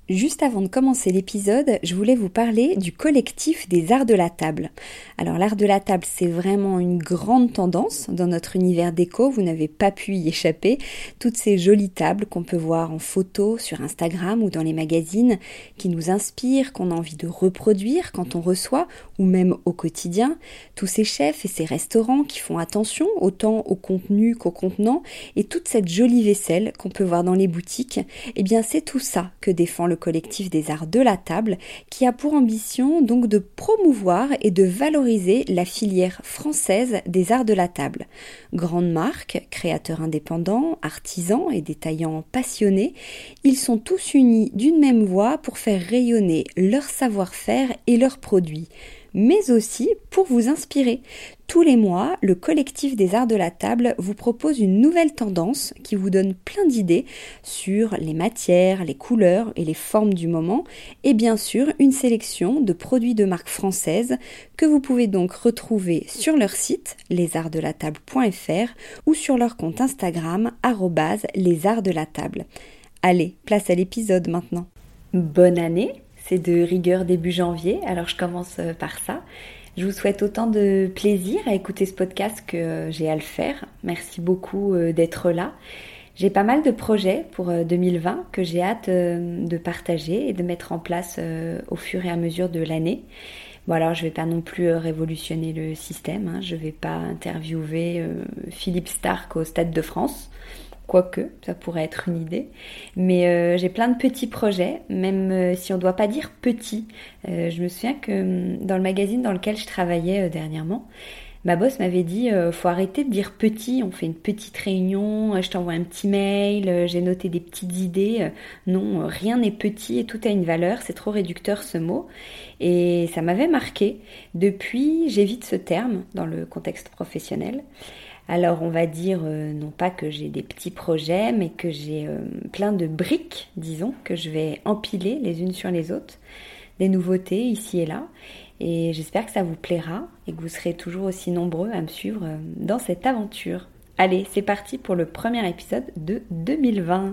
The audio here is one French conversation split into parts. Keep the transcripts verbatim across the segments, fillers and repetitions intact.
Juste avant de commencer l'épisode, je voulais vous parler du collectif des arts de la table. Alors l'art de la table, c'est vraiment une grande tendance dans notre univers déco, vous n'avez pas pu y échapper. Toutes ces jolies tables qu'on peut voir en photo sur Instagram ou dans les magazines, qui nous inspirent, qu'on a envie de reproduire quand on reçoit, ou même au quotidien. Tous ces chefs et ces restaurants qui font attention autant au contenu qu'au contenant, et toute cette jolie vaisselle qu'on peut voir dans les boutiques, eh bien c'est tout ça que défend le collectif des arts de la table, qui a pour ambition donc de promouvoir et de valoriser la filière française des arts de la table. Grandes marques, créateurs indépendants, artisans et détaillants passionnés, ils sont tous unis d'une même voix pour faire rayonner leur savoir-faire et leurs produits, mais aussi pour vous inspirer. Tous les mois, le collectif des arts de la table vous propose une nouvelle tendance qui vous donne plein d'idées sur les matières, les couleurs et les formes du moment, et bien sûr une sélection de produits de marque française que vous pouvez donc retrouver sur leur site les arts de la table point f r ou sur leur compte Instagram arobase les arts de la table. Allez, place à l'épisode maintenant. Bonne année! C'est de rigueur début janvier, alors je commence par ça. Je vous souhaite autant de plaisir à écouter ce podcast que j'ai à le faire. Merci beaucoup d'être là. J'ai pas mal de projets pour deux mille vingt que j'ai hâte de partager et de mettre en place au fur et à mesure de l'année. Bon alors je vais pas non plus révolutionner le système, hein. Je vais pas interviewer Philippe Starck au Stade de France. Quoique, ça pourrait être une idée. Mais euh, j'ai plein de petits projets, même euh, si on ne doit pas dire petits. Euh, je me souviens que dans le magazine dans lequel je travaillais euh, dernièrement, ma boss m'avait dit euh, « faut arrêter de dire petit, on fait une petite réunion, euh, je t'envoie un petit mail, euh, j'ai noté des petites idées. Euh, non, euh, rien n'est petit et tout a une valeur, c'est trop réducteur ce mot. » Et ça m'avait marqué. Depuis, j'évite ce terme dans le contexte professionnel. Alors on va dire euh, non pas que j'ai des petits projets, mais que j'ai euh, plein de briques, disons, que je vais empiler les unes sur les autres, des nouveautés ici et là. Et j'espère que ça vous plaira et que vous serez toujours aussi nombreux à me suivre euh, dans cette aventure. Allez, c'est parti pour le premier épisode de deux mille vingt.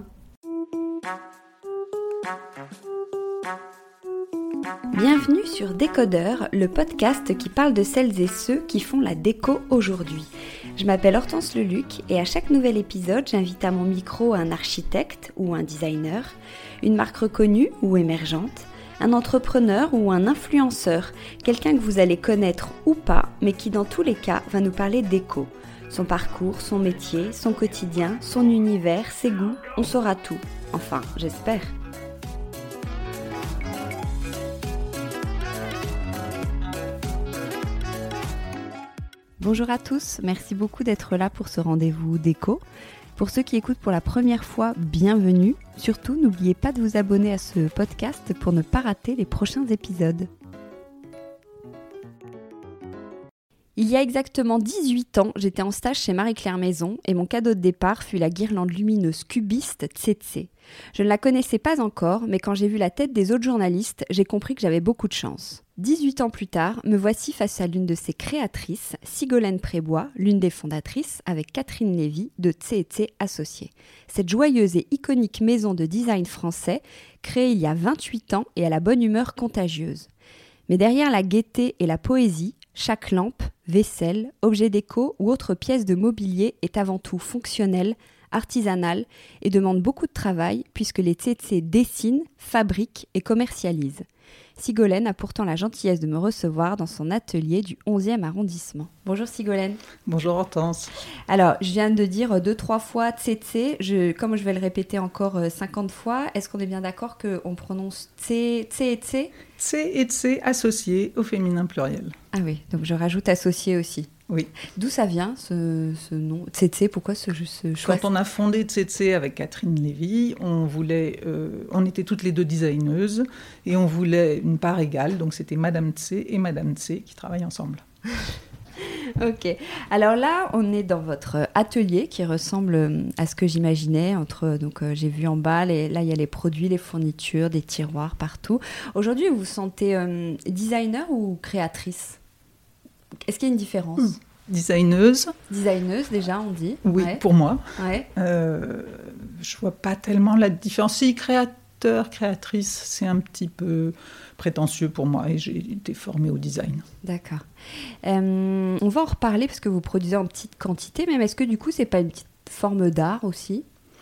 Bienvenue sur Décodeur, le podcast qui parle de celles et ceux qui font la déco aujourd'hui. Je m'appelle Hortense Leluc et à chaque nouvel épisode, j'invite à mon micro un architecte ou un designer, une marque reconnue ou émergente, un entrepreneur ou un influenceur, quelqu'un que vous allez connaître ou pas, mais qui dans tous les cas va nous parler déco. Son parcours, son métier, son quotidien, son univers, ses goûts, on saura tout. Enfin, j'espère. Bonjour à tous, merci beaucoup d'être là pour ce rendez-vous déco. Pour ceux qui écoutent pour la première fois, bienvenue. Surtout, n'oubliez pas de vous abonner à ce podcast pour ne pas rater les prochains épisodes. Il y a exactement dix-huit ans, j'étais en stage chez Marie-Claire Maison et mon cadeau de départ fut la guirlande lumineuse cubiste Tsetse. Je ne la connaissais pas encore, mais quand j'ai vu la tête des autres journalistes, j'ai compris que j'avais beaucoup de chance. dix-huit ans plus tard, me voici face à l'une de ses créatrices, Sigolène Prébois, l'une des fondatrices, avec Catherine Lévy, de Tsetse Associés. Cette joyeuse et iconique maison de design français, créée il y a vingt-huit ans et à la bonne humeur contagieuse. Mais derrière la gaieté et la poésie, chaque lampe, vaisselle, objet déco ou autre pièce de mobilier est avant tout fonctionnelle, artisanale et demande beaucoup de travail puisque les Tsetse dessinent, fabriquent et commercialisent. Sigolène a pourtant la gentillesse de me recevoir dans son atelier du onzième arrondissement. Bonjour Sigolène. Bonjour Hortense. Alors, je viens de dire deux, trois fois Tsetse. Je, comme je vais le répéter encore cinquante fois, est-ce qu'on est bien d'accord qu'on prononce Tse, Tse et Tse ? Tse et Tse associés au féminin pluriel. Ah oui, donc je rajoute associé aussi. Oui. D'où ça vient ce, ce nom Tsetse? Pourquoi ce, ce choix? Quand on a fondé Tsetse avec Catherine Lévy, on voulait, euh, on était toutes les deux designeuses et on voulait une part égale. Donc c'était Madame Tse et Madame Tse qui travaillent ensemble. Ok. Alors là, on est dans votre atelier qui ressemble à ce que j'imaginais. Entre, donc euh, j'ai vu en bas, les, là il y a les produits, les fournitures, des tiroirs partout. Aujourd'hui, vous vous sentez euh, designer ou créatrice? Est-ce qu'il y a une différence? mmh. Designeuse. Designeuse, déjà, on dit. Oui, ouais. pour moi. Ouais. Euh, je vois pas tellement la différence. Si, créatrice. directeur, créatrice, c'est un petit peu prétentieux pour moi et j'ai été formée au design. D'accord. Euh, on va en reparler parce que vous produisez en petite quantité, mais est-ce que du coup, c'est pas une petite forme d'art aussi ?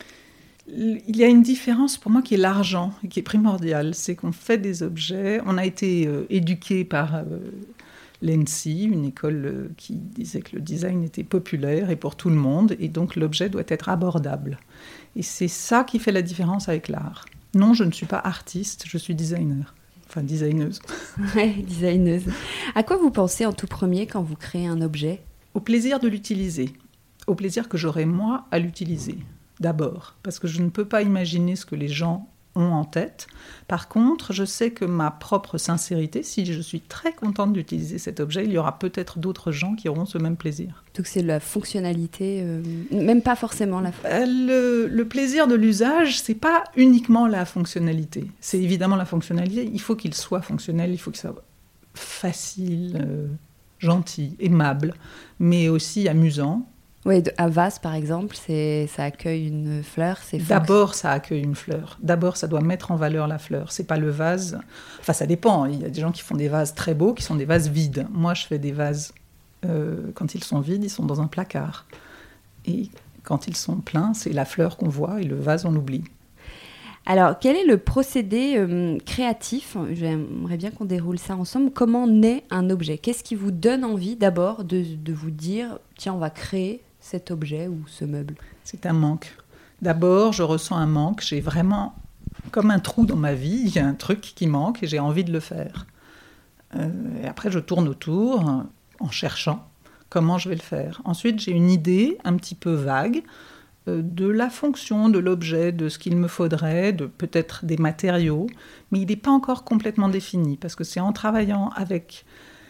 Il y a une différence pour moi qui est l'argent, qui est primordiale. C'est qu'on fait des objets. On a été euh, éduqués par euh, l'E N S I, une école euh, qui disait que le design était populaire et pour tout le monde, et donc l'objet doit être abordable. Et c'est ça qui fait la différence avec l'art. Non, je ne suis pas artiste, je suis designer. Enfin, designeuse. Ouais, designeuse. À quoi vous pensez en tout premier quand vous créez un objet ? Au plaisir de l'utiliser. Au plaisir que j'aurai moi à l'utiliser. D'abord, parce que je ne peux pas imaginer ce que les gens ont en tête. Par contre, je sais que ma propre sincérité, si je suis très contente d'utiliser cet objet, il y aura peut-être d'autres gens qui auront ce même plaisir. Donc c'est la fonctionnalité, euh, même pas forcément la... Euh, le, le plaisir de l'usage, c'est pas uniquement la fonctionnalité. C'est évidemment la fonctionnalité. Il faut qu'il soit fonctionnel, il faut qu'il soit facile, euh, gentil, aimable, mais aussi amusant. Oui, à vase, par exemple, c'est, ça accueille une fleur. C'est D'abord, ça accueille une fleur. D'abord, ça doit mettre en valeur la fleur. C'est pas le vase... Enfin, ça dépend. Il y a des gens qui font des vases très beaux, qui sont des vases vides. Moi, je fais des vases... Euh, quand ils sont vides, ils sont dans un placard. Et quand ils sont pleins, c'est la fleur qu'on voit et le vase, on l'oublie. Alors, quel est le procédé euh, créatif ? J'aimerais bien qu'on déroule ça ensemble. Comment naît un objet ? Qu'est-ce qui vous donne envie, d'abord, de, de vous dire « Tiens, on va créer cet objet ou ce meuble ». C'est un manque. D'abord, je ressens un manque. J'ai vraiment comme un trou dans ma vie. Il y a un truc qui manque et j'ai envie de le faire. Euh, et après, je tourne autour en cherchant comment je vais le faire. Ensuite, j'ai une idée un petit peu vague euh, de la fonction de l'objet, de ce qu'il me faudrait, de peut-être des matériaux, mais il n'est pas encore complètement défini parce que c'est en travaillant avec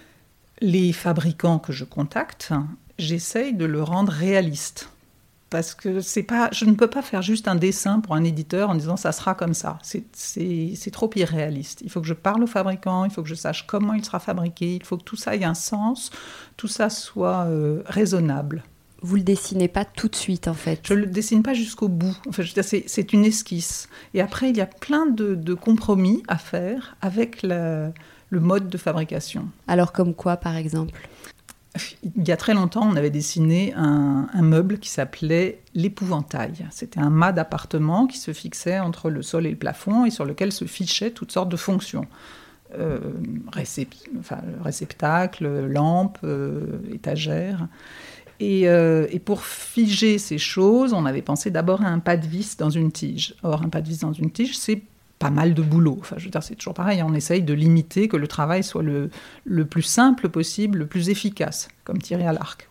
les fabricants que je contacte, j'essaye de le rendre réaliste. Parce que c'est pas, je ne peux pas faire juste un dessin pour un éditeur en disant ça sera comme ça. C'est, c'est, c'est trop irréaliste. Il faut que je parle au fabricant, il faut que je sache comment il sera fabriqué, il faut que tout ça ait un sens, tout ça soit euh, raisonnable. Vous le dessinez pas tout de suite, en fait. Je le dessine pas jusqu'au bout. Enfin, je veux dire, c'est, c'est une esquisse. Et après, il y a plein de, de compromis à faire avec la, le mode de fabrication. Alors comme quoi, par exemple ? Il y a très longtemps, on avait dessiné un, un meuble qui s'appelait l'épouvantail. C'était un mât d'appartement qui se fixait entre le sol et le plafond et sur lequel se fichaient toutes sortes de fonctions. Euh, récep- enfin, réceptacle, lampe, euh, étagère. Et, euh, et pour figer ces choses, on avait pensé d'abord à un pas de vis dans une tige. Or, un pas de vis dans une tige, c'est pas mal de boulot. Enfin, je veux dire, c'est toujours pareil, on essaye de limiter, que le travail soit le, le plus simple possible, le plus efficace, comme tirer à l'arc.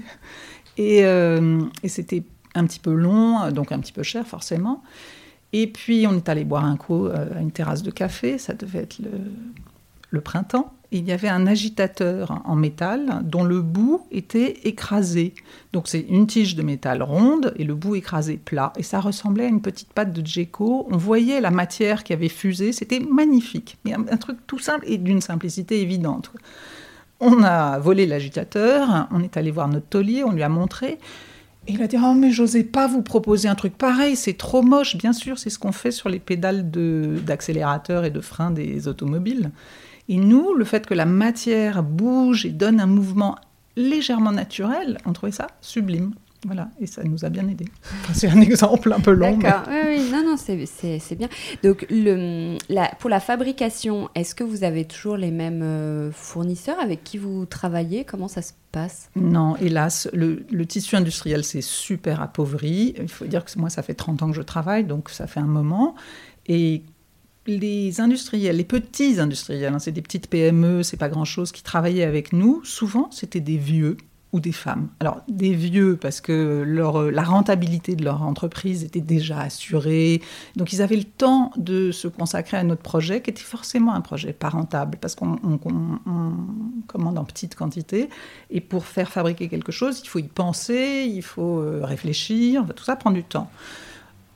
Et, euh, et c'était un petit peu long, donc un petit peu cher forcément. Et puis on est allé boire un coup à une terrasse de café, ça devait être le, le printemps. Et il y avait un agitateur en métal dont le bout était écrasé. Donc c'est une tige de métal ronde et le bout écrasé plat. Et ça ressemblait à une petite pâte de Djeko. On voyait la matière qui avait fusé. C'était magnifique. Mais un, un truc tout simple et d'une simplicité évidente. On a volé l'agitateur. On est allé voir notre taulier. On lui a montré. Et il a dit « Oh, mais j'osais pas vous proposer un truc pareil. C'est trop moche. » Bien sûr, c'est ce qu'on fait sur les pédales de, d'accélérateur et de frein des automobiles. Et nous, le fait que la matière bouge et donne un mouvement légèrement naturel, on trouvait ça sublime. Voilà, et ça nous a bien aidés. Enfin, c'est un exemple un peu long. D'accord, mais... oui, oui, non, non, c'est, c'est, c'est bien. Donc, le, la, pour la fabrication, est-ce que vous avez toujours les mêmes euh, fournisseurs avec qui vous travaillez ? Comment ça se passe ? Non, hélas, le, le tissu industriel s'est super appauvri. Il faut dire que moi, ça fait trente ans que je travaille, donc ça fait un moment. Et les industriels, les petits industriels, hein, c'est des petites P M E, c'est pas grand-chose, qui travaillaient avec nous, souvent, c'était des vieux ou des femmes. Alors, des vieux, parce que leur, la rentabilité de leur entreprise était déjà assurée. Donc, ils avaient le temps de se consacrer à notre projet, qui était forcément un projet pas rentable, parce qu'on on, on, on commande en petite quantité. Et pour faire fabriquer quelque chose, il faut y penser, il faut réfléchir, tout ça prend du temps.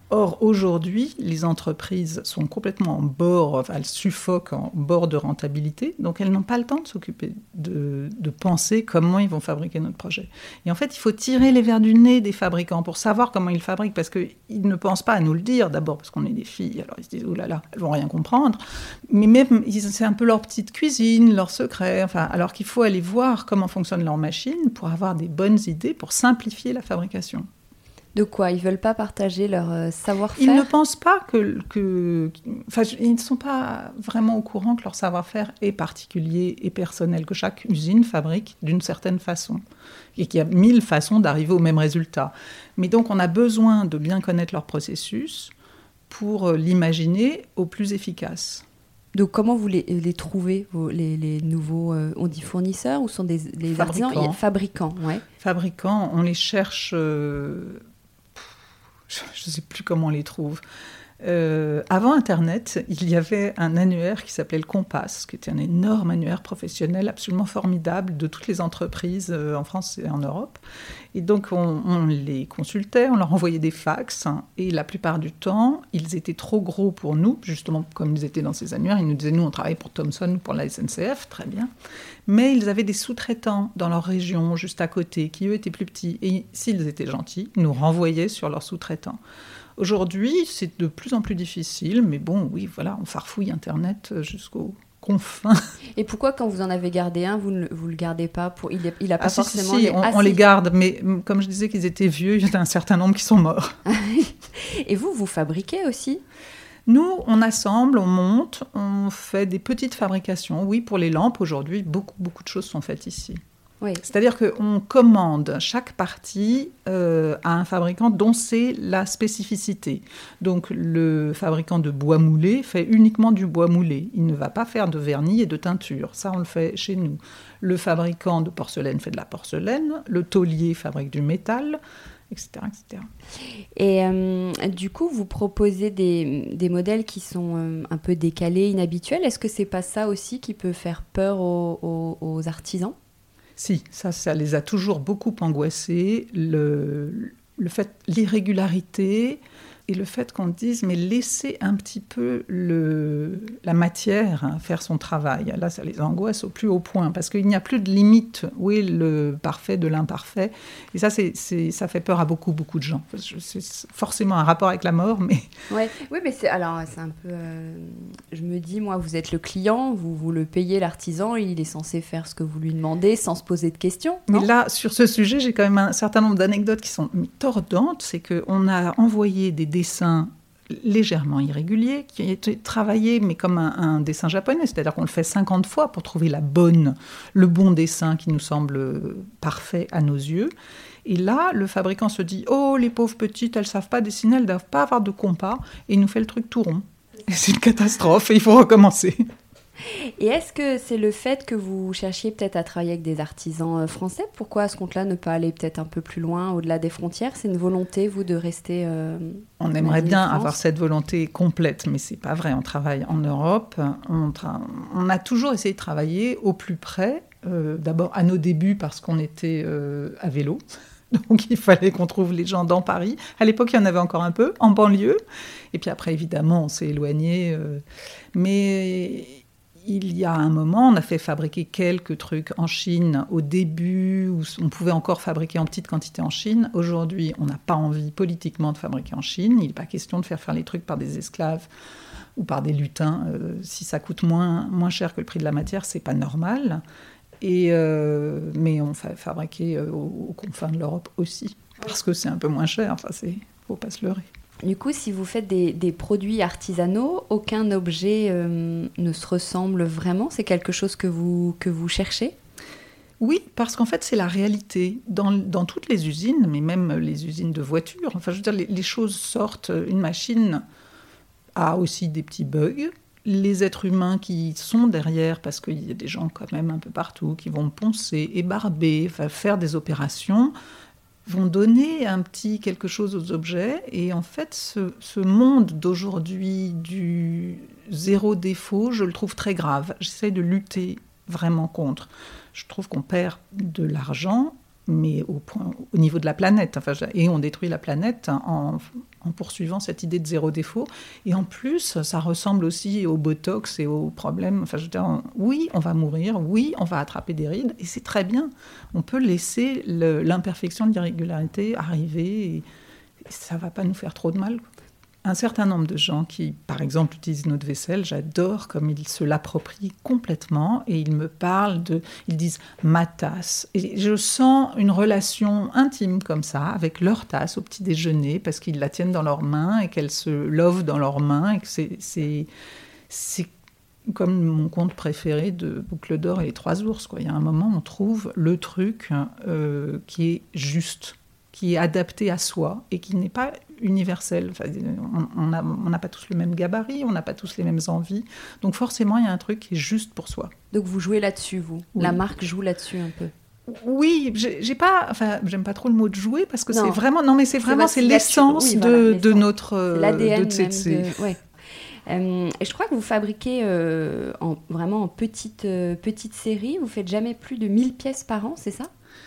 Or, aujourd'hui, les entreprises sont complètement en bord, enfin, elles suffoquent en bord de rentabilité, donc elles n'ont pas le temps de s'occuper, de, de penser comment ils vont fabriquer notre projet. Et en fait, il faut tirer les vers du nez des fabricants pour savoir comment ils fabriquent, parce qu'ils ne pensent pas à nous le dire, d'abord parce qu'on est des filles, alors ils se disent « oh là là, elles vont rien comprendre », mais même, c'est un peu leur petite cuisine, leur secret, enfin, alors qu'il faut aller voir comment fonctionne leur machine pour avoir des bonnes idées, pour simplifier la fabrication. De quoi ? Ils ne veulent pas partager leur euh, savoir-faire ? Ils ne pensent pas que... que enfin, ils ne sont pas vraiment au courant que leur savoir-faire est particulier et personnel, que chaque usine fabrique d'une certaine façon et qu'il y a mille façons d'arriver au même résultat. Mais donc, on a besoin de bien connaître leur processus pour l'imaginer au plus efficace. Donc, comment vous les, les trouvez, vos, les, les nouveaux, euh, on dit fournisseurs ou sont des les fabricants. artisans ? Fabricants, ouais. Fabricants, on les cherche... Euh, je ne sais plus comment on les trouve. Euh, avant Internet, il y avait un annuaire qui s'appelait le Compass, qui était un énorme annuaire professionnel absolument formidable de toutes les entreprises euh, en France et en Europe. Et donc, on, on les consultait, on leur envoyait des fax, hein, et la plupart du temps, ils étaient trop gros pour nous, justement comme ils étaient dans ces annuaires. Ils nous disaient, nous, on travaille pour Thomson ou pour la S N C F, très bien. Mais ils avaient des sous-traitants dans leur région, juste à côté, qui, eux, étaient plus petits. Et s'ils étaient gentils, ils nous renvoyaient sur leurs sous-traitants. Aujourd'hui, c'est de plus en plus difficile, mais bon, oui, voilà, on farfouille Internet jusqu'aux confins. Et pourquoi, quand vous en avez gardé un, vous ne vous le gardez pas pour... Il n'a pas ah, forcément... Si, si, les... on, ah, on si. les garde, mais comme je disais qu'ils étaient vieux, il y en a un certain nombre qui sont morts. Et vous, vous fabriquez aussi ? Nous, on assemble, on monte, on fait des petites fabrications. Oui, pour les lampes, aujourd'hui, beaucoup, beaucoup de choses sont faites ici. Oui. C'est-à-dire qu'on commande chaque partie euh, à un fabricant dont c'est la spécificité. Donc, le fabricant de bois moulé fait uniquement du bois moulé. Il ne va pas faire de vernis et de teinture. Ça, on le fait chez nous. Le fabricant de porcelaine fait de la porcelaine. Le taulier fabrique du métal, et cetera, et cetera. Et euh, du coup, vous proposez des, des modèles qui sont euh, un peu décalés, inhabituels. Est-ce que c'est pas ça aussi qui peut faire peur aux, aux, aux artisans ? Si, ça, ça les a toujours beaucoup angoissés. Le, le fait, l'irrégularité et le fait qu'on dise, mais laissez un petit peu le, la matière hein, faire son travail. Là, ça les angoisse au plus haut point, parce qu'il n'y a plus de limite. Où est le parfait de l'imparfait ? Et ça, c'est, c'est, ça fait peur à beaucoup, beaucoup de gens. C'est forcément un rapport avec la mort, mais... Ouais, oui, mais c'est, alors, c'est un peu... Euh, je me dis, moi, vous êtes le client, vous, vous le payez, l'artisan, il est censé faire ce que vous lui demandez sans se poser de questions. Mais là, sur ce sujet, j'ai quand même un certain nombre d'anecdotes qui sont tordantes. C'est qu'on a envoyé des dessins légèrement irréguliers, qui ont été travaillés, mais comme un, un dessin japonais, c'est-à-dire qu'on le fait cinquante fois pour trouver la bonne, le bon dessin qui nous semble parfait à nos yeux. Et là, le fabricant se dit « Oh, les pauvres petites, elles ne savent pas dessiner, elles ne doivent pas avoir de compas. » Et il nous fait le truc tout rond. Et c'est une catastrophe, et il faut recommencer. Et est-ce que c'est le fait que vous cherchiez peut-être à travailler avec des artisans français ? Pourquoi à ce compte-là ne pas aller peut-être un peu plus loin, au-delà des frontières ? C'est une volonté, vous, de rester euh, On aimerait bien avoir cette volonté complète, mais c'est pas vrai. On travaille en Europe. On, tra- on a toujours essayé de travailler au plus près. Euh, d'abord à nos débuts parce qu'on était euh, à vélo. Donc il fallait qu'on trouve les gens dans Paris. À l'époque, il y en avait encore un peu, en banlieue. Et puis après, évidemment, on s'est éloigné. Euh, mais... Il y a un moment, on a fait fabriquer quelques trucs en Chine au début, où on pouvait encore fabriquer en petite quantité en Chine. Aujourd'hui, on n'a pas envie politiquement de fabriquer en Chine. Il n'est pas question de faire faire les trucs par des esclaves ou par des lutins. Euh, si ça coûte moins, moins cher que le prix de la matière, c'est pas normal. Et, euh, mais on fait fabriquer aux, aux confins de l'Europe aussi, parce que c'est un peu moins cher. Enfin, c'est, faut pas se leurrer. Du coup, si vous faites des, des produits artisanaux, aucun objet euh, ne se ressemble vraiment ? C'est quelque chose que vous, que vous cherchez ? Oui, parce qu'en fait, c'est la réalité. Dans, dans toutes les usines, mais même les usines de voitures, enfin, je veux dire, les, les choses sortent. Une machine a aussi des petits bugs. Les êtres humains qui sont derrière, parce qu'il y a des gens quand même un peu partout qui vont poncer, ébarber, enfin, faire des opérations, vont donner un petit quelque chose aux objets. Et en fait, ce, ce monde d'aujourd'hui du zéro défaut, je le trouve très grave. J'essaie de lutter vraiment contre. Je trouve qu'on perd de l'argent, mais au, point, au niveau de la planète. Enfin, et on détruit la planète en, en poursuivant cette idée de zéro défaut. Et en plus, ça ressemble aussi au Botox et aux problèmes. Enfin, je veux dire, on, oui, on va mourir, oui, on va attraper des rides, et c'est très bien. On peut laisser le, l'imperfection, l'irrégularité arriver, et ça ne va pas nous faire trop de mal. Un certain nombre de gens qui, par exemple, utilisent notre vaisselle, j'adore comme ils se l'approprient complètement et ils me parlent de... Ils disent « ma tasse ». Et je sens une relation intime comme ça avec leur tasse au petit déjeuner parce qu'ils la tiennent dans leurs mains et qu'elle se love dans leurs mains et que c'est, c'est, c'est comme mon conte préféré de Boucle d'Or et les Trois Ours, quoi. Il y a un moment, on trouve le truc euh, qui est juste, qui est adapté à soi et qui n'est pas universel. Enfin, on n'a on n'a pas tous le même gabarit, on n'a pas tous les mêmes envies. Donc forcément, il y a un truc qui est juste pour soi. Donc vous jouez là-dessus, vous. Oui. La marque joue là-dessus un peu. Oui, j'ai, j'ai pas, enfin, j'aime pas trop le mot de jouer parce que non. c'est vraiment, non mais c'est, c'est vraiment, c'est l'essence, oui, voilà, de, l'essence de notre, c'est l'A D N de Tsetse. Même de, ouais. Euh, et je crois que vous fabriquez euh, en, vraiment en petite, euh, petite série. Vous faites jamais plus de mille pièces par an, c'est ça ?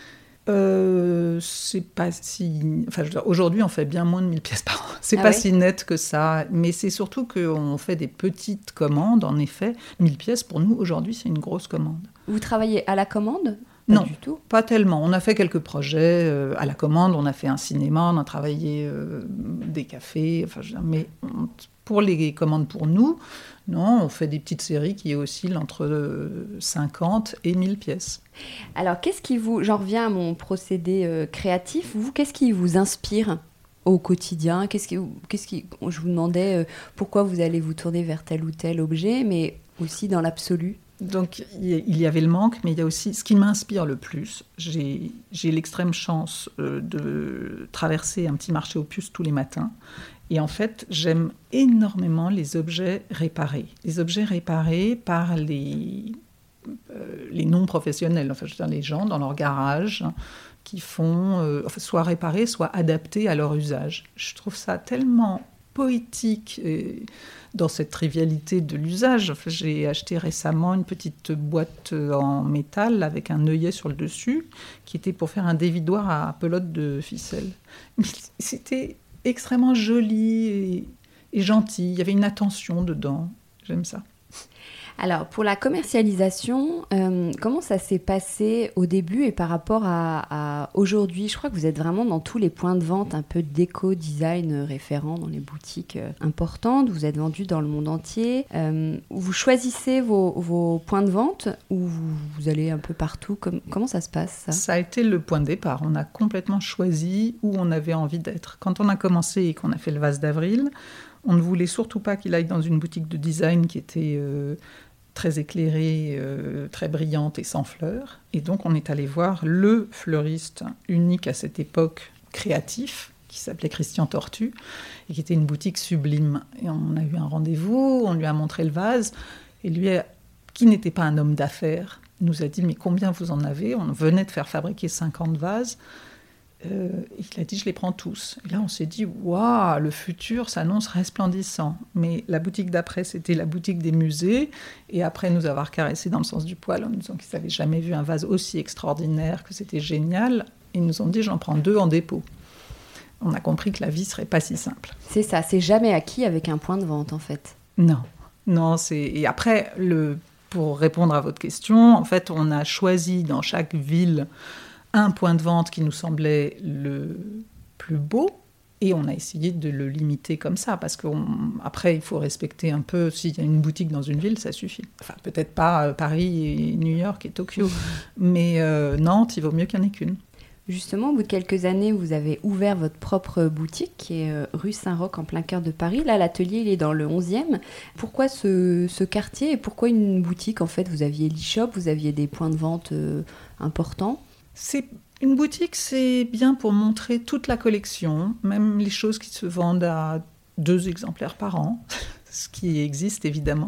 Euh, c'est pas si... Enfin, je veux dire, aujourd'hui, on fait bien moins de mille pièces par an. C'est ah pas ouais si net que ça. Mais c'est surtout qu'on fait des petites commandes. En effet, mille pièces, pour nous, aujourd'hui, c'est une grosse commande. Vous travaillez à la commande ? Pas Non, du tout. Pas tellement. On a fait quelques projets euh, à la commande. On a fait un cinéma, on a travaillé euh, des cafés. Enfin, je veux dire, mais on, pour les commandes pour nous, non, on fait des petites séries qui oscillent entre cinquante et mille pièces. Alors, qu'est-ce qui vous... J'en reviens à mon procédé euh, créatif. Vous, qu'est-ce qui vous inspire au quotidien ? Qu'est-ce qui, qu'est-ce qui... Je vous demandais euh, pourquoi vous allez vous tourner vers tel ou tel objet, mais aussi dans l'absolu. Donc, il y avait le manque, mais il y a aussi ce qui m'inspire le plus. J'ai, j'ai l'extrême chance euh, de traverser un petit marché aux puces tous les matins. Et en fait, j'aime énormément les objets réparés. Les objets réparés par les, euh, les non-professionnels, enfin, je veux dire, les gens dans leur garage qui font euh, enfin, soit réparés, soit adaptés à leur usage. Je trouve ça tellement poétique et dans cette trivialité de l'usage. Enfin, j'ai acheté récemment une petite boîte en métal avec un œillet sur le dessus qui était pour faire un dévidoir à pelote de ficelle. Mais c'était extrêmement joli et, et gentil. Il y avait une attention dedans. J'aime ça. Alors, pour la commercialisation, euh, comment ça s'est passé au début et par rapport à, à aujourd'hui ? Je crois que vous êtes vraiment dans tous les points de vente un peu déco, design référents dans les boutiques euh, importantes. Vous êtes vendu dans le monde entier. Euh, vous choisissez vos, vos points de vente ou vous, vous allez un peu partout ? Comme, comment ça se passe, ça ? Ça a été le point de départ. On a complètement choisi où on avait envie d'être. Quand on a commencé et qu'on a fait le vase d'avril, on ne voulait surtout pas qu'il aille dans une boutique de design qui était euh, très éclairée, euh, très brillante et sans fleurs. Et donc, on est allé voir le fleuriste unique à cette époque créatif, qui s'appelait Christian Tortu, et qui était une boutique sublime. Et on a eu un rendez-vous, on lui a montré le vase, et lui, qui n'était pas un homme d'affaires, nous a dit « Mais combien vous en avez ?» On venait de faire fabriquer cinquante vases. Euh, il a dit, je les prends tous. Et là, on s'est dit, waouh, le futur s'annonce resplendissant. Mais la boutique d'après, c'était la boutique des musées. Et après nous avoir caressé dans le sens du poil en nous disant qu'ils n'avaient jamais vu un vase aussi extraordinaire, que c'était génial, ils nous ont dit, j'en prends deux en dépôt. On a compris que la vie serait pas si simple. C'est ça, c'est jamais acquis avec un point de vente, en fait. Non, non, c'est... Et après, le... pour répondre à votre question, en fait, on a choisi dans chaque ville un point de vente qui nous semblait le plus beau, et on a essayé de le limiter comme ça, parce qu'après, il faut respecter un peu, s'il y a une boutique dans une ville, ça suffit. Enfin, peut-être pas euh, Paris, et New York et Tokyo, mais euh, Nantes, il vaut mieux qu'il n'y en ait qu'une. Justement, au bout de quelques années, vous avez ouvert votre propre boutique, qui est euh, rue Saint-Roch, en plein cœur de Paris. Là, l'atelier, il est dans le onzième. Pourquoi ce, ce quartier et pourquoi une boutique ? En fait, vous aviez l'e-shop, vous aviez des points de vente euh, importants. C'est une boutique, c'est bien pour montrer toute la collection, même les choses qui se vendent à deux exemplaires par an, ce qui existe évidemment.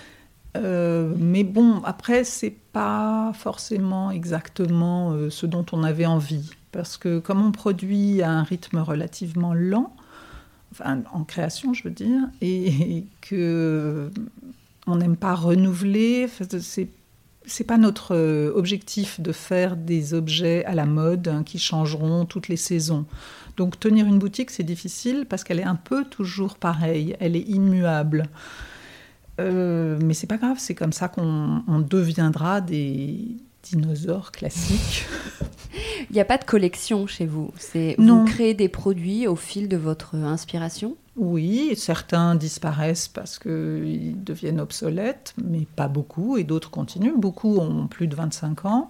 Euh, mais bon, après, c'est pas forcément exactement euh, ce dont on avait envie, parce que comme on produit à un rythme relativement lent, enfin en création, je veux dire, et, et que on n'aime pas renouveler, c'est c'est pas notre euh, objectif de faire des objets à la mode hein, qui changeront toutes les saisons. Donc tenir une boutique, c'est difficile parce qu'elle est un peu toujours pareille, elle est immuable. Euh, mais c'est pas grave, c'est comme ça qu'on on deviendra des dinosaures classiques. Il n'y a pas de collection chez vous. C'est, Non. vous créez des produits au fil de votre inspiration? Oui, certains disparaissent parce qu'ils deviennent obsolètes, mais pas beaucoup, et d'autres continuent. Beaucoup ont plus de vingt-cinq ans.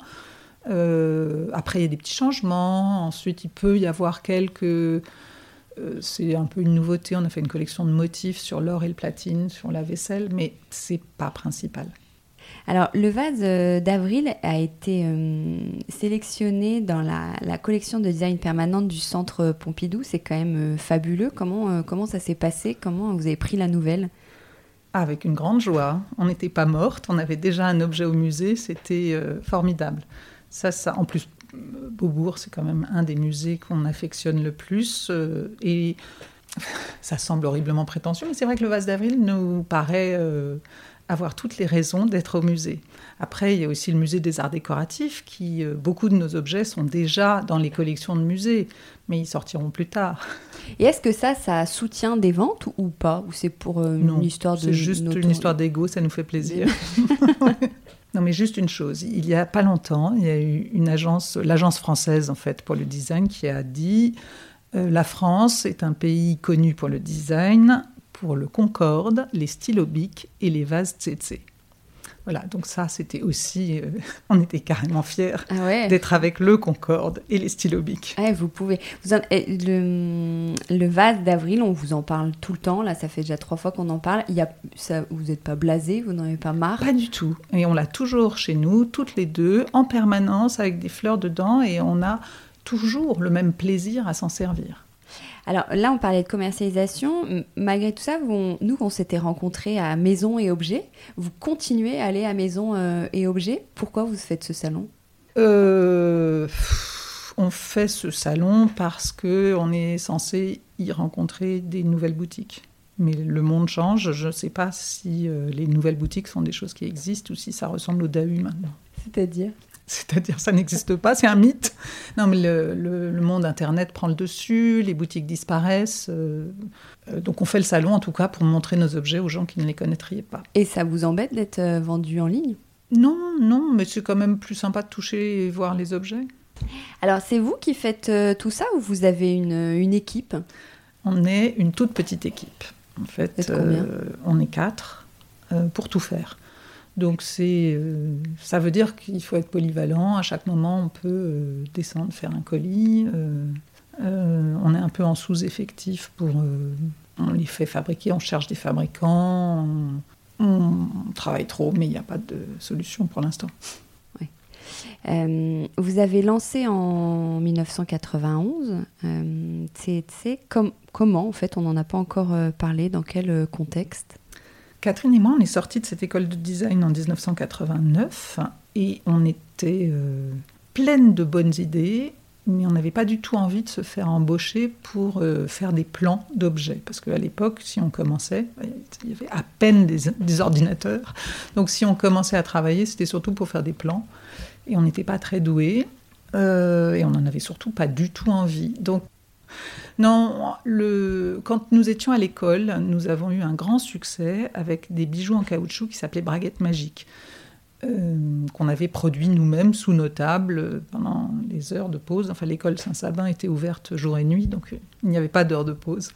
Euh, après, il y a des petits changements. Ensuite, il peut y avoir quelques... Euh, c'est un peu une nouveauté. On a fait une collection de motifs sur l'or et le platine, sur la vaisselle, mais c'est pas principal. Alors, le vase euh, d'Avril a été euh, sélectionné dans la, la collection de design permanente du Centre Pompidou. C'est quand même euh, fabuleux. Comment, euh, comment ça s'est passé? Comment vous avez pris la nouvelle? Ah, avec une grande joie. On n'était pas morte. On avait déjà un objet au musée. C'était euh, formidable. Ça, ça, en plus, Beaubourg, c'est quand même un des musées qu'on affectionne le plus. Euh, et ça semble horriblement prétentieux, mais c'est vrai que le vase d'Avril nous paraît... Euh, avoir toutes les raisons d'être au musée. Après, il y a aussi le musée des arts décoratifs, qui, euh, beaucoup de nos objets sont déjà dans les collections de musées, mais ils sortiront plus tard. Et est-ce que ça, ça soutient des ventes ou pas? Ou c'est pour euh, une non, histoire de... c'est juste noto... une histoire d'ego, ça nous fait plaisir. Non, mais juste une chose, il y a pas longtemps, il y a eu une agence, l'agence française en fait pour le design, qui a dit euh, la France est un pays connu pour le design, pour le Concorde, les stylos Bic et les vases tsetse. Voilà, donc ça, c'était aussi... Euh, on était carrément fiers ah ouais. d'être avec le Concorde et les stylos Bic. Ouais, vous pouvez... Vous en... le... le vase d'Avril, on vous en parle tout le temps. Là, ça fait déjà trois fois qu'on en parle. Il y a... ça... Vous n'êtes pas blasé? Vous n'en avez pas marre? Pas du tout. Et on l'a toujours chez nous, toutes les deux, en permanence, avec des fleurs dedans. Et on a toujours le même plaisir à s'en servir. Alors là, on parlait de commercialisation. Malgré tout ça, vous, nous, on s'était rencontrés à Maison et Objets. Vous continuez à aller à Maison euh, et Objets. Pourquoi vous faites ce salon? euh, On fait ce salon parce qu'on est censé y rencontrer des nouvelles boutiques. Mais le monde change. Je ne sais pas si euh, les nouvelles boutiques sont des choses qui existent ou si ça ressemble au D A U maintenant. C'est-à-dire ? C'est-à-dire, ça n'existe pas, c'est un mythe. Non, mais le, le, le monde Internet prend le dessus, les boutiques disparaissent. Euh, euh, donc on fait le salon, en tout cas, pour montrer nos objets aux gens qui ne les connaîtraient pas. Et ça vous embête d'être euh, vendu en ligne ? Non, non, mais c'est quand même plus sympa de toucher et voir les objets. Alors, c'est vous qui faites euh, tout ça ou vous avez une, une équipe ? On est une toute petite équipe. En fait, Vous êtes combien ? euh, on est quatre euh, pour tout faire. Donc c'est, euh, ça veut dire qu'il faut être polyvalent. À chaque moment, on peut euh, descendre, faire un colis. Euh, euh, on est un peu en sous-effectif pour... Euh, on les fait fabriquer, on cherche des fabricants. On, on travaille trop, mais il n'y a pas de solution pour l'instant. Oui. Euh, vous avez lancé en dix-neuf cent quatre-vingt-onze euh, Tsetse. Com- comment, en fait, on n'en a pas encore euh, parlé. Dans quel euh, contexte ? Catherine et moi, on est sortis de cette école de design en dix-neuf cent quatre-vingt-neuf et on était euh, pleines de bonnes idées, mais on n'avait pas du tout envie de se faire embaucher pour euh, faire des plans d'objets. Parce qu'à l'époque, si on commençait, il y avait à peine des, des ordinateurs. Donc si on commençait à travailler, c'était surtout pour faire des plans. Et on n'était pas très doués. Euh, et on n'en avait surtout pas du tout envie. Donc, non, le... quand nous étions à l'école, nous avons eu un grand succès avec des bijoux en caoutchouc qui s'appelaient Braguettes Magiques, euh, qu'on avait produits nous-mêmes sous nos tables pendant les heures de pause. Enfin, l'école Saint-Sabin était ouverte jour et nuit, donc il n'y avait pas d'heure de pause.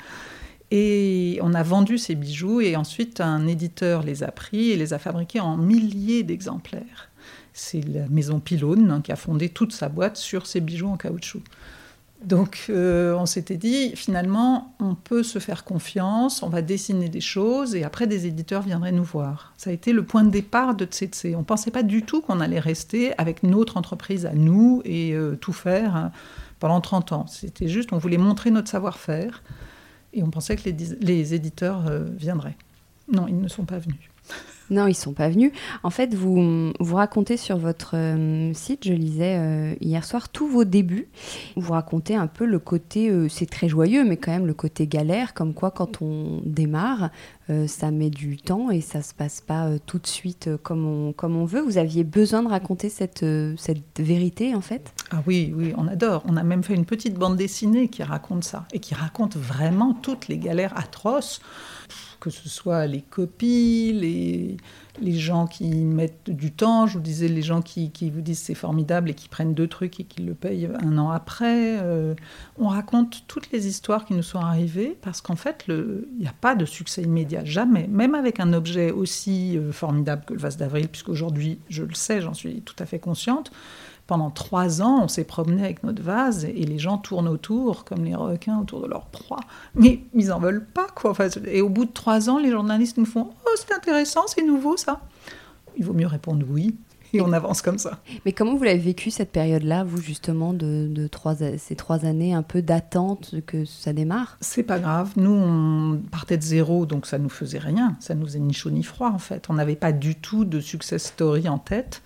Et on a vendu ces bijoux et ensuite un éditeur les a pris et les a fabriqués en milliers d'exemplaires. C'est la maison Pylône hein, qui a fondé toute sa boîte sur ces bijoux en caoutchouc. Donc euh, on s'était dit, finalement, on peut se faire confiance, on va dessiner des choses et après des éditeurs viendraient nous voir. Ça a été le point de départ de Tsetse. On ne pensait pas du tout qu'on allait rester avec notre entreprise à nous et euh, tout faire hein, pendant trente ans. C'était juste, on voulait montrer notre savoir-faire et on pensait que les, les éditeurs euh, viendraient. Non, ils ne sont pas venus. Non, ils sont pas venus. En fait, vous, vous racontez sur votre euh, site, je lisais euh, hier soir, tous vos débuts. Vous racontez un peu le côté, euh, c'est très joyeux, mais quand même le côté galère, comme quoi quand on démarre, euh, ça met du temps et ça se passe pas euh, tout de suite euh, comme, on, comme on veut. Vous aviez besoin de raconter cette, euh, cette vérité, en fait ? Ah oui, oui, on adore. On a même fait une petite bande dessinée qui raconte ça et qui raconte vraiment toutes les galères atroces, que ce soit les copies, les, les gens qui mettent du temps, je vous disais, les gens qui, qui vous disent c'est formidable et qui prennent deux trucs et qui le payent un an après. Euh, on raconte toutes les histoires qui nous sont arrivées parce qu'en fait, il n'y a pas de succès immédiat, jamais. Même avec un objet aussi euh, formidable que le vase d'avril, puisqu'aujourd'hui, je le sais, j'en suis tout à fait consciente. Pendant trois ans, on s'est promené avec notre vase et les gens tournent autour, comme les requins autour de leur proie. Mais ils n'en veulent pas, quoi. Enfin, et au bout de trois ans, les journalistes nous font « Oh, c'est intéressant, c'est nouveau, ça !» Il vaut mieux répondre « oui ». Et on avance comme ça. Mais comment vous l'avez vécu, cette période-là, vous, justement, de, de trois, ces trois années un peu d'attente que ça démarre ? C'est pas grave. Nous, on partait de zéro, donc ça nous faisait rien. Ça nous faisait ni chaud ni froid, en fait. On n'avait pas du tout de success story en tête.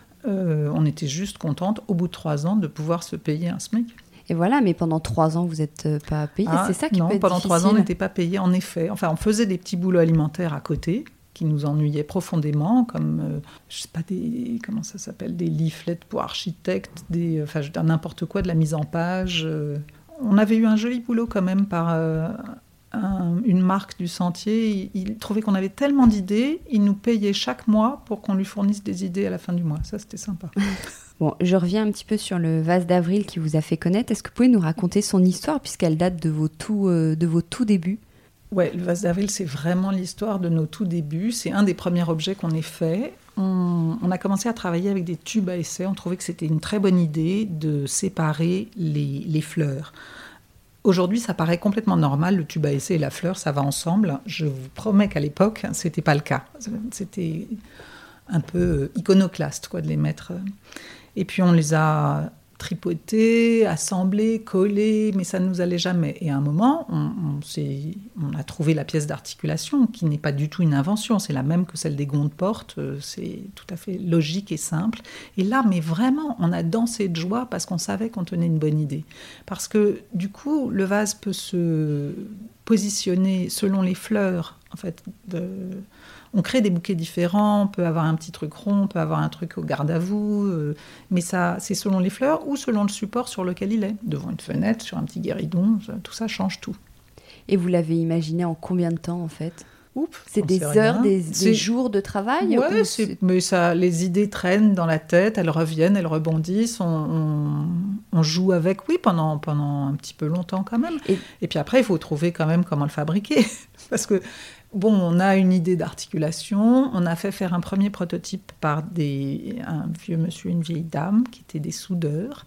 Euh, on était juste contente, au bout de trois ans, de pouvoir se payer un SMIC. Et voilà, mais pendant trois ans, vous n'êtes pas payé. Ah, c'est ça qui non, peut être pendant difficile. trois ans, on n'était pas payé, en effet. Enfin, on faisait des petits boulots alimentaires à côté, qui nous ennuyaient profondément, comme, euh, je sais pas, des, comment ça s'appelle, des leaflets pour architectes, des, enfin, je veux dire, n'importe quoi, de la mise en page. Euh. On avait eu un joli boulot quand même par... Euh, Un, une marque du Sentier, il, il trouvait qu'on avait tellement d'idées, il nous payait chaque mois pour qu'on lui fournisse des idées à la fin du mois. Ça, c'était sympa. Bon, je reviens un petit peu sur le vase d'avril qui vous a fait connaître. Est-ce que vous pouvez nous raconter son histoire, puisqu'elle date de vos tout, euh, de vos tout débuts ? Ouais, le vase d'avril, c'est vraiment l'histoire de nos tout débuts. C'est un des premiers objets qu'on ait fait. On, on a commencé à travailler avec des tubes à essai. On trouvait que c'était une très bonne idée de séparer les, les fleurs. Aujourd'hui, ça paraît complètement normal, le tube à essai et la fleur, ça va ensemble. Je vous promets qu'à l'époque, c'était pas le cas. C'était un peu iconoclaste, quoi, de les mettre. Et puis on les a tripotés, assemblés, collés, mais ça ne nous allait jamais. Et à un moment, on, on, s'est, on a trouvé la pièce d'articulation, qui n'est pas du tout une invention, c'est la même que celle des gonds de porte, c'est tout à fait logique et simple. Et là, mais vraiment, on a dansé de joie parce qu'on savait qu'on tenait une bonne idée. Parce que du coup, le vase peut se positionner selon les fleurs, en fait, de... On crée des bouquets différents, on peut avoir un petit truc rond, on peut avoir un truc au garde à vous, euh, mais ça, c'est selon les fleurs ou selon le support sur lequel il est. Devant une fenêtre, sur un petit guéridon, tout ça change tout. Et vous l'avez imaginé en combien de temps, en fait ? Oups, c'est des heures, des, des jours de travail ? Ouais, c'est... C'est... mais ça, les idées traînent dans la tête, elles reviennent, elles rebondissent, on, on, on joue avec, oui, pendant, pendant un petit peu longtemps quand même. Et, Et puis après, il faut trouver quand même comment le fabriquer, parce que bon, on a une idée d'articulation, on a fait faire un premier prototype par des, un vieux monsieur, une vieille dame, qui étaient des soudeurs.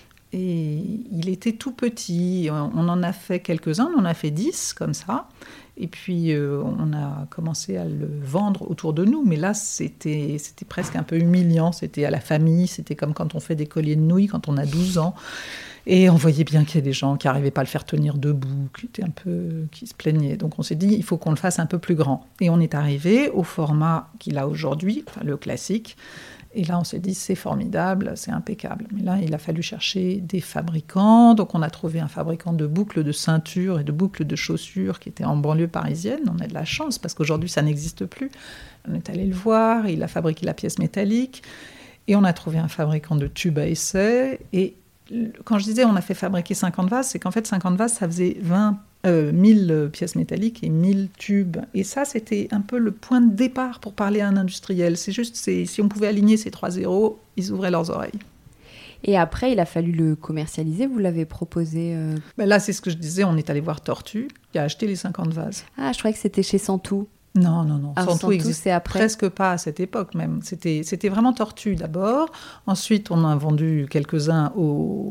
Et il était tout petit, on en a fait quelques-uns, on en a fait dix comme ça. Et puis euh, on a commencé à le vendre autour de nous, mais là c'était, c'était presque un peu humiliant, c'était à la famille, c'était comme quand on fait des colliers de nouilles quand on a douze ans. Et on voyait bien qu'il y a des gens qui n'arrivaient pas à le faire tenir debout, qui étaient un peu, qui se plaignaient. Donc on s'est dit, il faut qu'on le fasse un peu plus grand. Et on est arrivé au format qu'il a aujourd'hui, enfin le classique. Et là, on s'est dit, c'est formidable, c'est impeccable. Mais là, il a fallu chercher des fabricants. Donc on a trouvé un fabricant de boucles de ceinture et de boucles de chaussures qui était en banlieue parisienne. On a de la chance parce qu'aujourd'hui, ça n'existe plus. On est allé le voir, il a fabriqué la pièce métallique. Et on a trouvé un fabricant de tubes à essai. Et quand je disais on a fait fabriquer cinquante vases, c'est qu'en fait cinquante vases, ça faisait vingt, euh, mille pièces métalliques et mille tubes. Et ça, c'était un peu le point de départ pour parler à un industriel. C'est juste, c'est, si on pouvait aligner ces trois zéros, ils ouvraient leurs oreilles. Et après, il a fallu le commercialiser, vous l'avez proposé euh... ben Là, c'est ce que je disais, on est allé voir Tortue, qui a acheté les cinquante vases. Ah, je croyais que c'était chez Santou. Non, non, non. Alors, Santou existe c'est après. Presque pas à cette époque même. C'était, c'était vraiment Tortue d'abord. Ensuite, on a vendu quelques-uns au,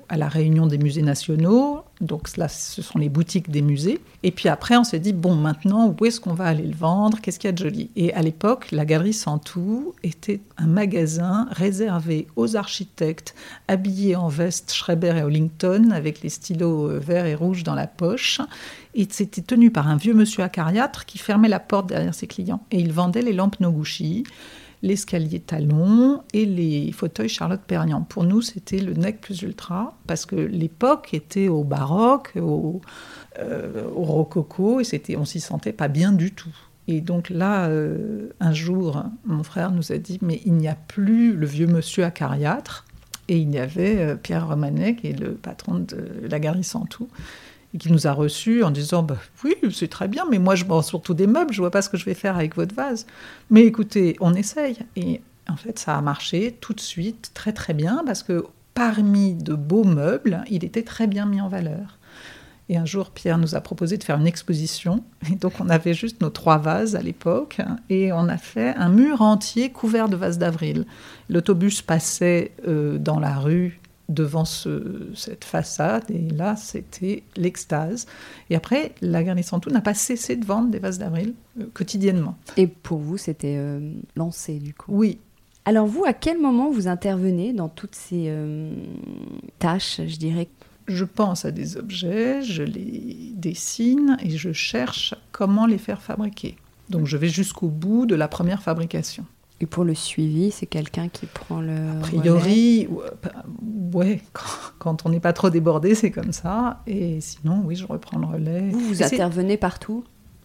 à la réunion des musées nationaux. Donc là, ce sont les boutiques des musées. Et puis après, on s'est dit, bon, maintenant, où est-ce qu'on va aller le vendre ? Qu'est-ce qu'il y a de joli ? Et à l'époque, la Galerie Santou était un magasin réservé aux architectes habillés en veste Schreiber et Hollington, avec les stylos verts et rouges dans la poche. Et c'était tenu par un vieux monsieur acariâtre qui fermait la porte derrière ses clients. Et il vendait les lampes Noguchi, l'escalier Talon et les fauteuils Charlotte Perriand. Pour nous, c'était le nec plus ultra, parce que l'époque était au baroque, au, euh, au rococo, et c'était, on s'y sentait pas bien du tout. Et donc là, euh, un jour, mon frère nous a dit « mais il n'y a plus le vieux monsieur acariâtre », et il y avait euh, Pierre Romanet, qui est le patron de la Galerie Santou, et qui nous a reçus en disant bah, « oui, c'est très bien, mais moi je vends surtout des meubles, je ne vois pas ce que je vais faire avec votre vase. Mais écoutez, on essaye. » Et en fait, ça a marché tout de suite, très très bien, parce que parmi de beaux meubles, il était très bien mis en valeur. Et un jour, Pierre nous a proposé de faire une exposition. Et donc, on avait juste nos trois vases à l'époque. Et on a fait un mur entier couvert de vases d'avril. L'autobus passait euh, dans la rue devant ce, cette façade. Et là, c'était l'extase. Et après, la Galerie Santou n'a pas cessé de vendre des vases d'avril euh, quotidiennement. Et pour vous, c'était euh, lancé, du coup ? Oui. Alors vous, à quel moment vous intervenez dans toutes ces euh, tâches, je dirais ? Je pense à des objets, je les dessine et je cherche comment les faire fabriquer. Donc je vais jusqu'au bout de la première fabrication. Et pour le suivi, c'est quelqu'un qui prend le A priori, relais. ouais, quand, quand on n'est pas trop débordé, c'est comme ça. Et sinon, oui, je reprends le relais. Vous, vous et intervenez c'est... partout ?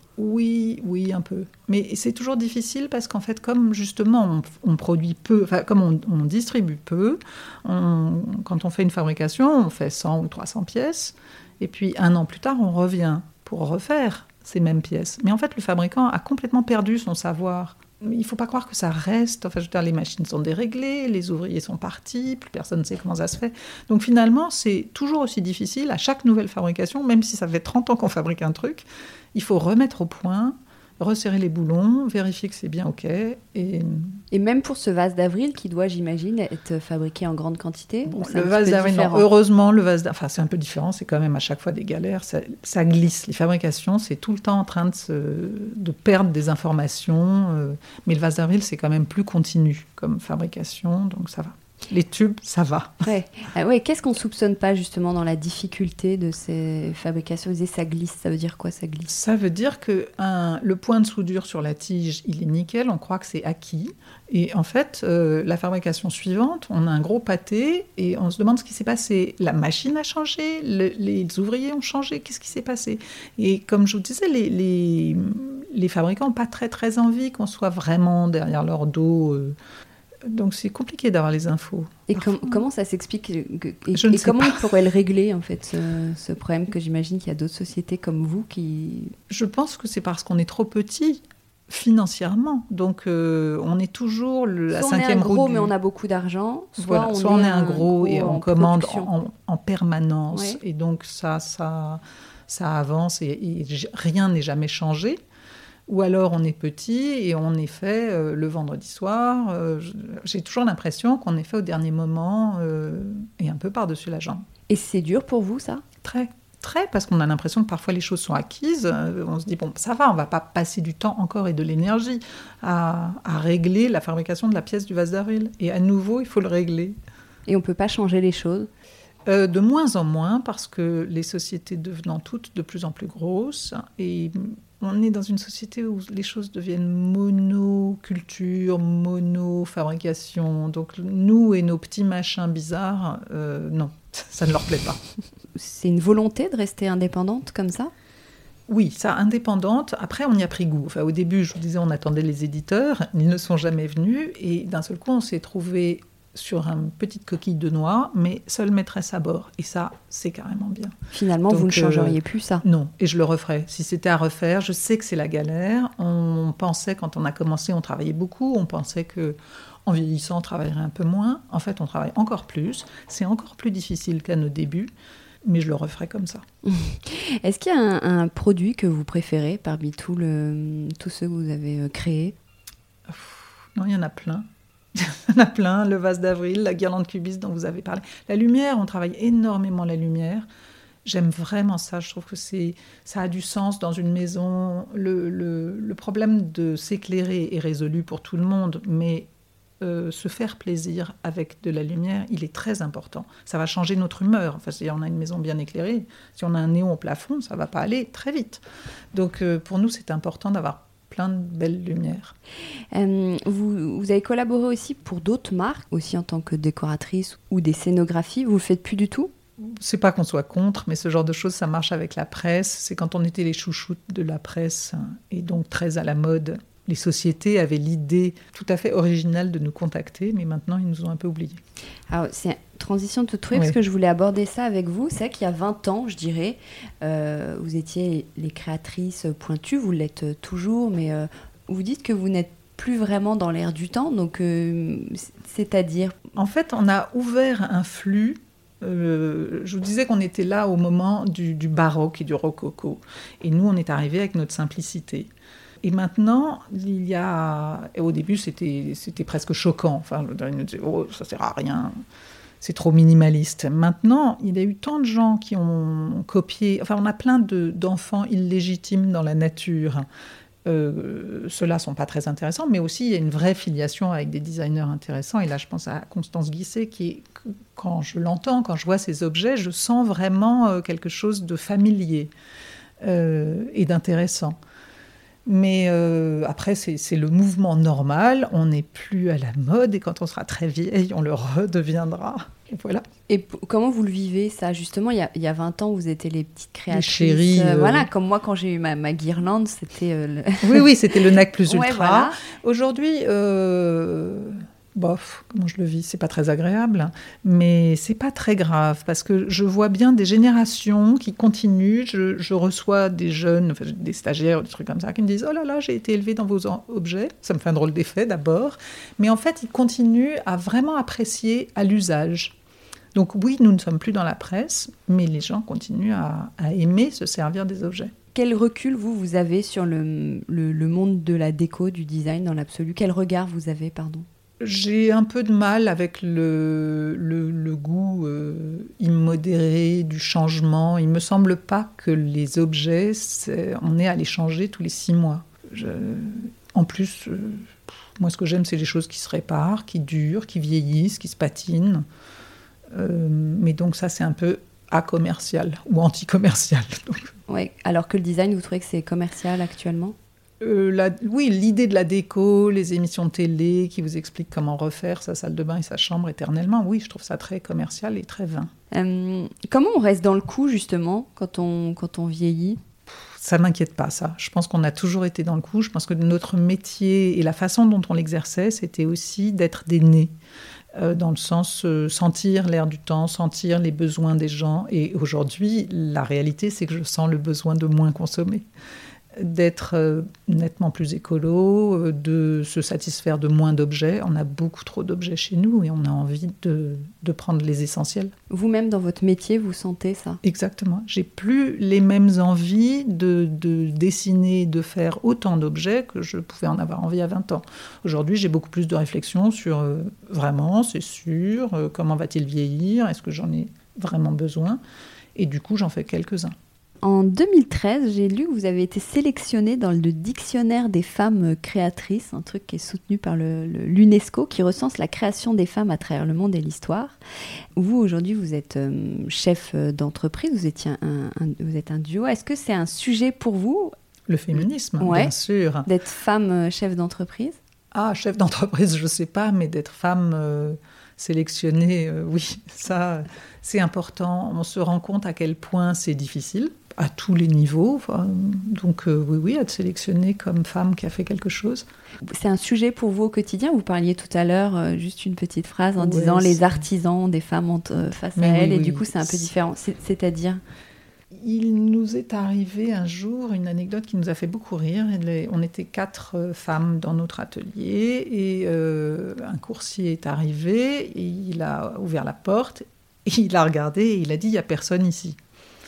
Oui, oui, un peu. Mais c'est toujours difficile parce qu'en fait, comme justement, on, on produit peu, enfin, comme on, on distribue peu, on, quand on fait une fabrication, on fait cent ou trois cents pièces, et puis un an plus tard, on revient pour refaire ces mêmes pièces. Mais en fait, le fabricant a complètement perdu son savoir. Il ne faut pas croire que ça reste. Enfin, je veux dire, les machines sont déréglées, les ouvriers sont partis, plus personne ne sait comment ça se fait. Donc finalement, c'est toujours aussi difficile à chaque nouvelle fabrication, même si ça fait trente ans qu'on fabrique un truc, il faut remettre au point, resserrer les boulons, vérifier que c'est bien OK. Et, et même pour ce vase d'avril qui doit, j'imagine, être fabriqué en grande quantité. Bon, le vase d'avril, non, heureusement, le vase d'avril, enfin, c'est un peu différent, c'est quand même à chaque fois des galères, ça, ça glisse. Les fabrications, c'est tout le temps en train de, se, de perdre des informations, euh, mais le vase d'avril, c'est quand même plus continu comme fabrication, donc ça va. Les tubes, ça va. Ouais. Ah ouais, qu'est-ce qu'on ne soupçonne pas justement dans la difficulté de ces fabrications ? Vous disiez ça glisse, ça veut dire quoi ça glisse ? Ça veut dire que un, le point de soudure sur la tige, il est nickel, on croit que c'est acquis. Et en fait, euh, la fabrication suivante, on a un gros pâté et on se demande ce qui s'est passé. La machine a changé, le, les ouvriers ont changé, qu'est-ce qui s'est passé ? Et comme je vous disais, les, les, les fabricants n'ont pas très très envie qu'on soit vraiment derrière leur dos... Euh, Donc c'est compliqué d'avoir les infos. Et com- comment ça s'explique que, et, Je ne et sais comment pas. on pourrait le régler en fait ce, ce problème que j'imagine qu'il y a d'autres sociétés comme vous qui. Je pense que c'est parce qu'on est trop petit financièrement. Donc euh, on est toujours le, la soit cinquième roue. On est un gros du... mais on a beaucoup d'argent. Soit, voilà. on, soit est on est un gros, gros et on commande en, en permanence. Ouais. Et donc ça, ça, ça avance et, et rien n'est jamais changé. Ou alors on est petit et on est fait euh, le vendredi soir. Euh, j'ai toujours l'impression qu'on est fait au dernier moment euh, et un peu par-dessus la jambe. Et c'est dur pour vous, ça ? Très, très, parce qu'on a l'impression que parfois les choses sont acquises. Euh, on se dit, bon, ça va, on ne va pas passer du temps encore et de l'énergie à, à régler la fabrication de la pièce du vase d'avril. Et à nouveau, il faut le régler. Et on ne peut pas changer les choses ? Euh, de moins en moins, parce que les sociétés devenant toutes de plus en plus grosses, et on est dans une société où les choses deviennent monoculture, mono-fabrication. Donc nous et nos petits machins bizarres, euh, non, ça ne leur plaît pas. C'est une volonté de rester indépendante comme ça ? Oui, ça, indépendante. Après, on y a pris goût. Enfin, au début, je vous disais, on attendait les éditeurs. Ils ne sont jamais venus. Et d'un seul coup, on s'est trouvé sur une petite coquille de noix, mais seule maîtresse à bord. Et ça, c'est carrément bien. Finalement, donc, vous ne changeriez euh, plus ça ? Non, et je le referais. Si c'était à refaire, je sais que c'est la galère. On pensait, quand on a commencé, on travaillait beaucoup. On pensait qu'en vieillissant, on travaillerait un peu moins. En fait, on travaille encore plus. C'est encore plus difficile qu'à nos débuts, mais je le referais comme ça. Est-ce qu'il y a un, un produit que vous préférez parmi tout le, tous ceux que vous avez créés ? Non, il y en a plein. Il y en a plein, le vase d'avril, la guirlande cubiste dont vous avez parlé. La lumière, on travaille énormément la lumière. J'aime vraiment ça, je trouve que c'est, ça a du sens dans une maison. Le, le, le problème de s'éclairer est résolu pour tout le monde, mais euh, se faire plaisir avec de la lumière, il est très important. Ça va changer notre humeur. Enfin, si on a une maison bien éclairée, si on a un néon au plafond, ça ne va pas aller très vite. Donc euh, pour nous, c'est important d'avoir plein de belles lumières. Euh, vous, vous avez collaboré aussi pour d'autres marques, aussi en tant que décoratrice ou des scénographies. Vous ne le faites plus du tout ? C'est pas qu'on soit contre, mais ce genre de choses, ça marche avec la presse. C'est quand on était les chouchoutes de la presse, et donc très à la mode. Les sociétés avaient l'idée tout à fait originale de nous contacter, mais maintenant, ils nous ont un peu oubliés. Alors, c'est une transition toute trouvée, Ouais. parce que je voulais aborder ça avec vous. C'est vrai qu'il y a vingt ans, je dirais, euh, vous étiez les créatrices pointues, vous l'êtes toujours, mais euh, vous dites que vous n'êtes plus vraiment dans l'air du temps, donc euh, c'est-à-dire... En fait, on a ouvert un flux. Euh, je vous disais qu'on était là au moment du, du baroque et du rococo. Et nous, on est arrivés avec notre simplicité. Et maintenant, il y a... Et au début, c'était, c'était presque choquant. Enfin, ils nous disaient, oh, ça sert à rien, c'est trop minimaliste. Maintenant, il y a eu tant de gens qui ont copié... Enfin, on a plein de, d'enfants illégitimes dans la nature. Euh, ceux-là ne sont pas très intéressants, mais aussi il y a une vraie filiation avec des designers intéressants. Et là, je pense à Constance Guisset, qui, quand je l'entends, quand je vois ces objets, je sens vraiment euh, quelque chose de familier euh, et d'intéressant. Mais euh, après, c'est, c'est le mouvement normal. On n'est plus à la mode, et quand on sera très vieille, on le redeviendra. Et voilà. Et p- comment vous le vivez, ça ? Justement, il y a, il y a vingt ans, vous étiez les petites créatrices. chéries, euh, euh, Voilà, comme moi, quand j'ai eu ma, ma guirlande, c'était... euh, le... Oui, oui, c'était le nec plus Ouais, ultra. voilà. Aujourd'hui, euh, bof, comment je le vis, c'est pas très agréable, mais c'est pas très grave, parce que je vois bien des générations qui continuent. Je, je reçois des jeunes, enfin, des stagiaires, des trucs comme ça, qui me disent « Oh là là, j'ai été élevée dans vos en- objets ». Ça me fait un drôle d'effet d'abord, mais en fait, ils continuent à vraiment apprécier à l'usage. Donc oui, nous ne sommes plus dans la presse, mais les gens continuent à, à aimer se servir des objets. Quel recul, vous, vous avez sur le, le, le monde de la déco, du design dans l'absolu ? Quel regard vous avez, pardon ? J'ai un peu de mal avec le, le, le goût euh, immodéré du changement. Il ne me semble pas que les objets, c'est, on ait à les changer tous les six mois. Je, en plus, euh, moi, ce que j'aime, c'est les choses qui se réparent, qui durent, qui vieillissent, qui se patinent. Euh, mais donc ça, c'est un peu acommercial ou anti-commercial. Donc, Ouais. Alors que le design, vous trouvez que c'est commercial actuellement ? Euh, la, oui, l'idée de la déco, les émissions de télé qui vous expliquent comment refaire sa salle de bain et sa chambre éternellement, oui, je trouve ça très commercial et très vain. Euh, comment on reste dans le coup, justement, quand on, quand on vieillit ? Ça ne m'inquiète pas, ça. Je pense qu'on a toujours été dans le coup. Je pense que notre métier et la façon dont on l'exerçait, c'était aussi d'être des nés. Euh, dans le sens euh, sentir l'air du temps, sentir les besoins des gens. Et aujourd'hui, la réalité, c'est que je sens le besoin de moins consommer. D'être euh, nettement plus écolo, euh, de se satisfaire de moins d'objets. On a beaucoup trop d'objets chez nous et on a envie de, de prendre les essentiels. Vous-même, dans votre métier, vous sentez ça ? Exactement. J'ai plus les mêmes envies de, de dessiner, de faire autant d'objets que je pouvais en avoir envie à vingt ans. Aujourd'hui, j'ai beaucoup plus de réflexion sur euh, vraiment, c'est sûr, euh, comment va-t-il vieillir, est-ce que j'en ai vraiment besoin ? Et du coup, j'en fais quelques-uns. En deux mille treize, j'ai lu que vous avez été sélectionnée dans le dictionnaire des femmes créatrices, un truc qui est soutenu par le, le, l'UNESCO, qui recense la création des femmes à travers le monde et l'histoire. Vous, aujourd'hui, vous êtes euh, chef d'entreprise, vous, étiez un, un, vous êtes un duo. Est-ce que c'est un sujet pour vous ? Le féminisme, Ouais. bien sûr. D'être femme chef d'entreprise ? Ah, chef d'entreprise, je ne sais pas, mais d'être femme euh, sélectionnée, euh, oui, ça, c'est important. On se rend compte à quel point c'est difficile, à tous les niveaux. Enfin, donc euh, oui, oui, être sélectionnée comme femme qui a fait quelque chose. C'est un sujet pour vous au quotidien ? Vous parliez tout à l'heure, euh, juste une petite phrase en Ouais, disant c'est... les artisans, des femmes ont, euh, face Mais à oui, elles, et oui, du coup c'est un peu différent. C'est, c'est-à-dire ? Il nous est arrivé un jour une anecdote qui nous a fait beaucoup rire. On était quatre femmes dans notre atelier et euh, un coursier est arrivé, et il a ouvert la porte, et il a regardé et il a dit « il n'y a personne ici ».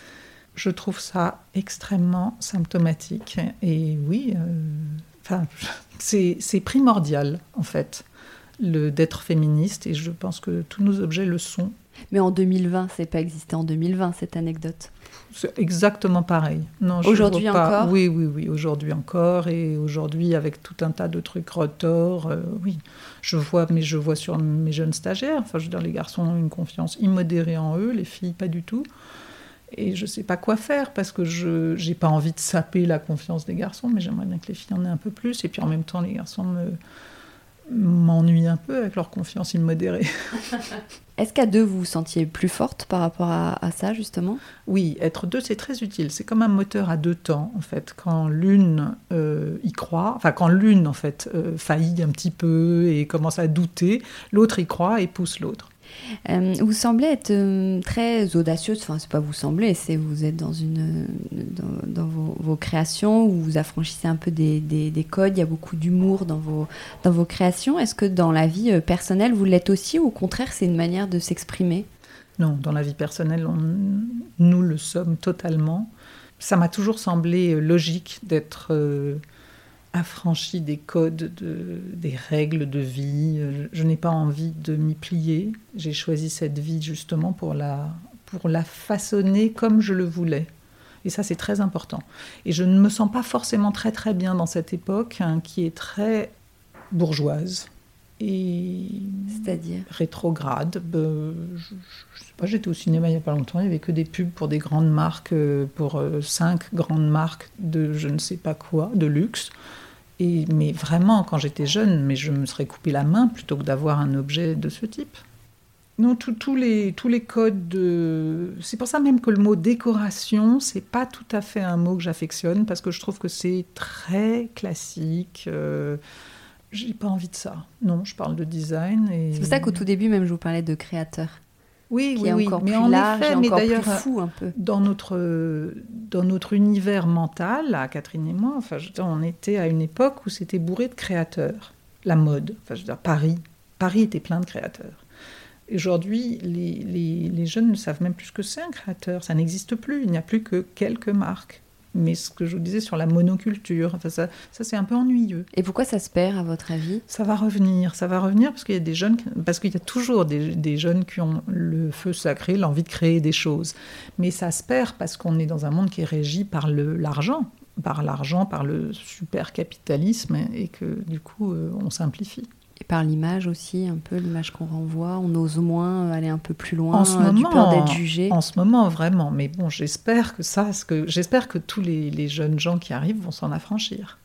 Je trouve ça extrêmement symptomatique. Et oui, euh, enfin, c'est, c'est primordial en fait le, d'être féministe, et je pense que tous nos objets le sont. Mais en deux mille vingt, c'est pas existé en deux mille vingt, cette anecdote. C'est exactement pareil. Non, je aujourd'hui vois pas. encore ? Oui, oui, oui, aujourd'hui encore, et aujourd'hui avec tout un tas de trucs retors, euh, oui. Je vois, mais je vois sur mes jeunes stagiaires, enfin, je veux dire, les garçons ont une confiance immodérée en eux, les filles pas du tout. Et je sais pas quoi faire, parce que je j'ai pas envie de saper la confiance des garçons, mais j'aimerais bien que les filles en aient un peu plus, et puis en même temps, les garçons me... m'ennuient un peu avec leur confiance immodérée. Est-ce qu'à deux, vous vous sentiez plus forte par rapport à, à ça, justement ? Oui, être deux, c'est très utile. C'est comme un moteur à deux temps, en fait. Quand l'une euh, y croit, enfin, quand l'une, en fait, euh, faillit un petit peu et commence à douter, l'autre y croit et pousse l'autre. Euh, vous semblez être euh, très audacieuse, enfin c'est pas vous semblez, c'est vous êtes dans, une, dans, dans vos, vos créations où vous affranchissez un peu des, des, des codes, il y a beaucoup d'humour dans vos, dans vos créations. Est-ce que dans la vie euh, personnelle vous l'êtes aussi, ou au contraire c'est une manière de s'exprimer ? Non, dans la vie personnelle, on, nous le sommes totalement. Ça m'a toujours semblé logique d'être... Euh, affranchie des codes, de, des règles de vie. Je n'ai pas envie de m'y plier. J'ai choisi cette vie justement pour la, pour la façonner comme je le voulais. Et ça, c'est très important. Et je ne me sens pas forcément très très bien dans cette époque, hein, qui est très bourgeoise et c'est-à-dire rétrograde. Ben, je, je sais pas, j'étais au cinéma il n'y a pas longtemps, il n'y avait que des pubs pour des grandes marques, pour euh, cinq grandes marques de je ne sais pas quoi, de luxe. Et, mais vraiment, quand j'étais jeune, mais je me serais coupé la main plutôt que d'avoir un objet de ce type. Non, tous les, tous les codes de... C'est pour ça même que le mot décoration, c'est pas tout à fait un mot que j'affectionne, parce que je trouve que c'est très classique. Euh, j'ai pas envie de ça. Non, je parle de design. Et... C'est pour ça qu'au tout début, même, je vous parlais de créateur. Oui, qui oui, est oui. encore Mais plus en large effet, et mais encore d'ailleurs, plus fou un peu. Dans notre, dans notre univers mental, à Catherine et moi, enfin, je veux dire, on était à une époque où c'était bourré de créateurs. La mode, enfin, je veux dire, Paris. Paris était plein de créateurs. Aujourd'hui, les, les, les jeunes ne savent même plus ce que c'est un créateur. Ça n'existe plus. Il n'y a plus que quelques marques. Mais ce que je vous disais sur la monoculture, enfin ça, ça c'est un peu ennuyeux. Et pourquoi ça se perd, à votre avis ? Ça va revenir, ça va revenir parce qu'il y a des jeunes, parce qu'il y a toujours des, des jeunes qui ont le feu sacré, l'envie de créer des choses. Mais ça se perd parce qu'on est dans un monde qui est régi par le, l'argent, par l'argent, par le super capitalisme, et que du coup, euh, on simplifie. Et par l'image aussi, un peu l'image qu'on renvoie, on ose moins aller un peu plus loin, en ce euh, du moment, peur d'être jugé. En ce moment, vraiment. Mais bon, j'espère que ça, ce que, j'espère que tous les, les jeunes gens qui arrivent vont s'en affranchir.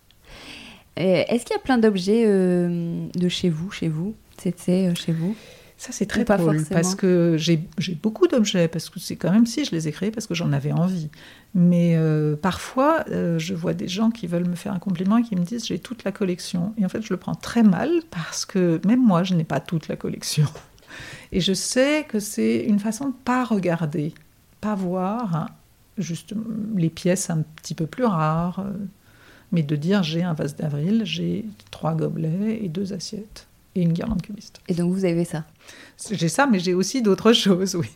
Et est-ce qu'il y a plein d'objets euh, de chez vous, chez vous, C'était euh, chez vous ? Ça, c'est très pas drôle, forcément. parce que j'ai, j'ai beaucoup d'objets, parce que c'est quand même si je les ai créés parce que j'en avais envie. Mais euh, parfois, euh, je vois des gens qui veulent me faire un compliment et qui me disent « j'ai toute la collection ». Et en fait, je le prends très mal, parce que même moi, je n'ai pas toute la collection. Et je sais que c'est une façon de ne pas regarder, pas voir, hein, juste les pièces un petit peu plus rares, euh, mais de dire « j'ai un vase d'avril, j'ai trois gobelets et deux assiettes ». Et une guirlande cubiste. Et donc vous avez ça ? J'ai ça, mais j'ai aussi d'autres choses, oui.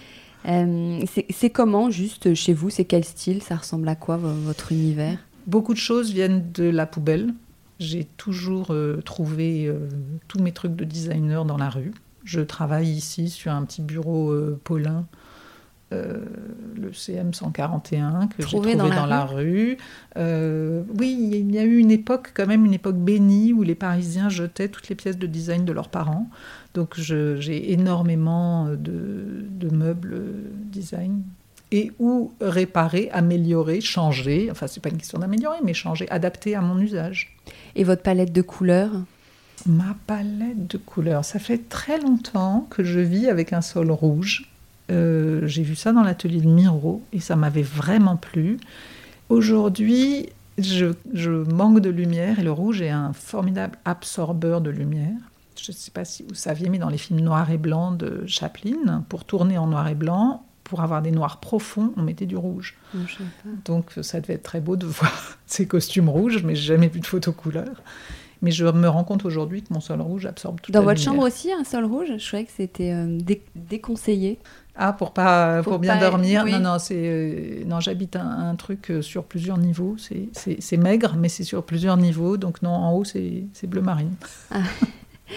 Euh, c'est, c'est comment, juste chez vous ? C'est quel style ? Ça ressemble à quoi, votre univers ? Beaucoup de choses viennent de la poubelle. J'ai toujours euh, trouvé euh, tous mes trucs de designer dans la rue. Je travaille ici sur un petit bureau euh, Paulin, euh, le C M cent quarante et un, que Trouvé j'ai trouvé dans la dans rue. la rue. Euh, oui, il y a eu une époque, quand même, une époque bénie, où les Parisiens jetaient toutes les pièces de design de leurs parents. Donc je, j'ai énormément de, de meubles euh, design. Et ou réparer, améliorer, changer. Enfin, c'est pas une question d'améliorer, mais changer, adapter à mon usage. Et votre palette de couleurs ? Ma palette de couleurs, ça fait très longtemps que je vis avec un sol rouge. Euh, j'ai vu ça dans l'atelier de Miro et ça m'avait vraiment plu. Aujourd'hui, je, je manque de lumière et le rouge est un formidable absorbeur de lumière. Je ne sais pas si vous saviez, mais dans les films noirs et blancs de Chaplin, pour tourner en noir et blanc, pour avoir des noirs profonds, on mettait du rouge. Non, je sais pas. Donc ça devait être très beau de voir ces costumes rouges, mais j'ai jamais vu de photo couleur. Mais je me rends compte aujourd'hui que mon sol rouge absorbe toute Dans la votre lumière. chambre aussi, un sol rouge ? Je croyais que c'était euh, dé- déconseillé. Ah, pour, pas, pour, Pour bien pas- dormir. oui. Non, non, c'est, euh, non, j'habite un, un truc euh, sur plusieurs niveaux. C'est, c'est, c'est maigre, mais c'est sur plusieurs niveaux. Donc non, en haut, c'est, c'est bleu marine. Ah.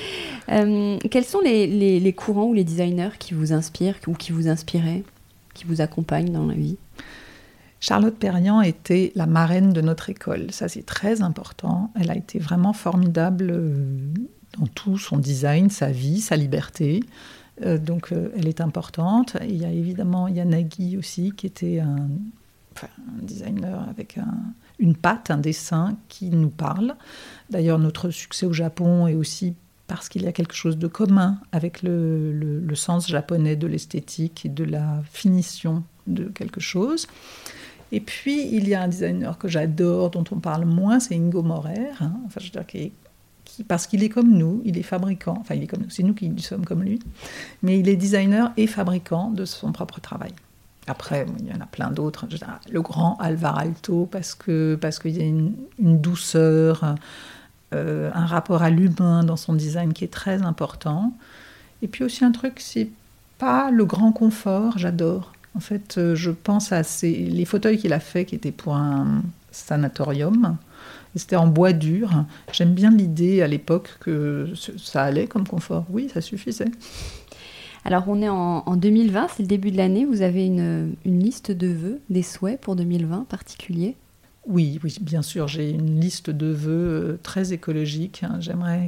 Euh, quels sont les, les, les courants ou les designers qui vous inspirent ou qui vous inspiraient, qui vous accompagnent dans la vie ? Charlotte Perriand était la marraine de notre école. Ça, c'est très important. Elle a été vraiment formidable dans tout son design, sa vie, sa liberté. Euh, donc, euh, elle est importante. Et il y a évidemment Yanagi aussi, qui était un, enfin, un designer avec un, une patte, un dessin qui nous parle. D'ailleurs, notre succès au Japon est aussi parce qu'il y a quelque chose de commun avec le, le, le sens japonais de l'esthétique et de la finition de quelque chose. Et puis, il y a un designer que j'adore, dont on parle moins, c'est Ingo Maurer. Hein, enfin, je veux dire, qui, qui, parce qu'il est comme nous, il est fabricant. Enfin, il est comme nous, c'est nous qui sommes comme lui. Mais il est designer et fabricant de son propre travail. Après, il y en a plein d'autres. Je veux dire, le grand Alvar Aalto, parce, que, parce qu'il y a une, une douceur, euh, un rapport à l'humain dans son design qui est très important. Et puis aussi un truc, c'est pas le grand confort, j'adore. En fait, je pense à ces, les fauteuils qu'il a faits qui étaient pour un sanatorium. C'était en bois dur. J'aime bien l'idée à l'époque que ça allait comme confort. Oui, ça suffisait. Alors, on est en, en deux mille vingt, c'est le début de l'année. Vous avez une, une liste de vœux, des souhaits pour deux mille vingt particuliers ? Oui, oui, bien sûr. J'ai une liste de vœux très écologique. J'aimerais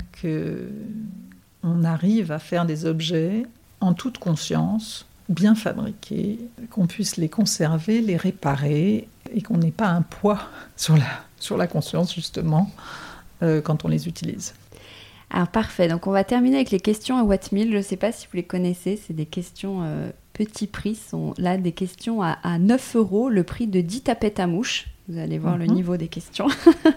qu'on arrive à faire des objets en toute conscience, bien fabriqués, qu'on puisse les conserver, les réparer et qu'on n'ait pas un poids sur la, sur la conscience, justement, euh, quand on les utilise. Alors, parfait. Donc, on va terminer avec les questions à Wattmill. Je ne sais pas si vous les connaissez. C'est des questions euh, petit prix. Ce sont là des questions à, à neuf euros, le prix de dix tapettes à mouches. Vous allez voir mm-hmm. le niveau des questions.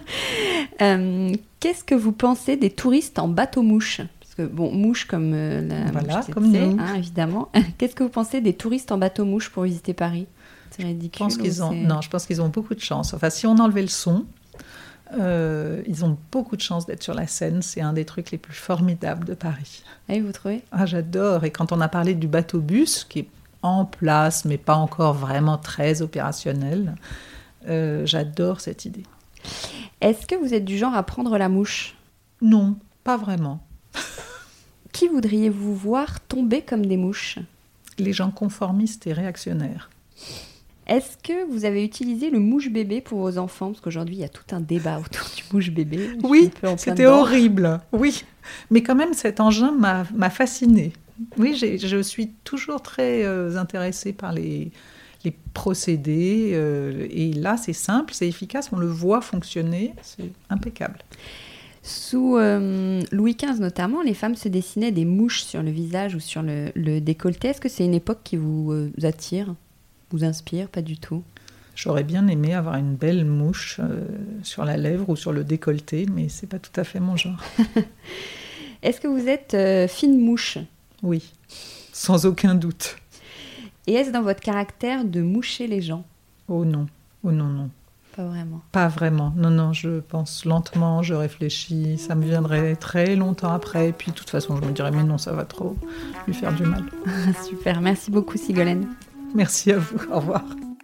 euh, qu'est-ce que vous pensez des touristes en bateau-mouche ? Bon, mouche comme euh, la voilà, mouche, comme nous. Hein, évidemment. Qu'est-ce que vous pensez des touristes en bateau-mouche pour visiter Paris ? C'est ridicule. Je pense qu'ils ont... c'est... Non, je pense qu'ils ont beaucoup de chance. Enfin, si on enlevait le son, euh, ils ont beaucoup de chance d'être sur la Seine. C'est un des trucs les plus formidables de Paris. Et vous trouvez ? Ah, j'adore. Et quand on a parlé du bateau-bus, qui est en place, mais pas encore vraiment très opérationnel, euh, j'adore cette idée. Est-ce que vous êtes du genre à prendre la mouche ? Non, pas vraiment. Qui voudriez-vous voir tomber comme des mouches ? Les gens conformistes et réactionnaires. Est-ce que vous avez utilisé le mouche-bébé pour vos enfants ? Parce qu'aujourd'hui, il y a tout un débat autour du mouche-bébé. Oui, c'était horrible. Oui, mais quand même, cet engin m'a, m'a fascinée. Oui, j'ai, je suis toujours très euh, intéressée par les, les procédés. Euh, et là, c'est simple, c'est efficace, on le voit fonctionner, c'est impeccable. Sous euh, Louis quinze notamment, les femmes se dessinaient des mouches sur le visage ou sur le, le décolleté. Est-ce que c'est une époque qui vous euh, attire, vous inspire ? Pas du tout. J'aurais bien aimé avoir une belle mouche euh, sur la lèvre ou sur le décolleté, mais c'est pas tout à fait mon genre. Est-ce que vous êtes euh, fine mouche ? Oui, sans aucun doute. Et est-ce dans votre caractère de moucher les gens ? Oh non, oh non, non. Pas vraiment. Pas vraiment. Non, non, je pense lentement, je réfléchis, ça me viendrait très longtemps après, et puis de toute façon, je me dirais, mais non, ça va trop lui faire du mal. Super, merci beaucoup Sigolène. Merci à vous, au revoir.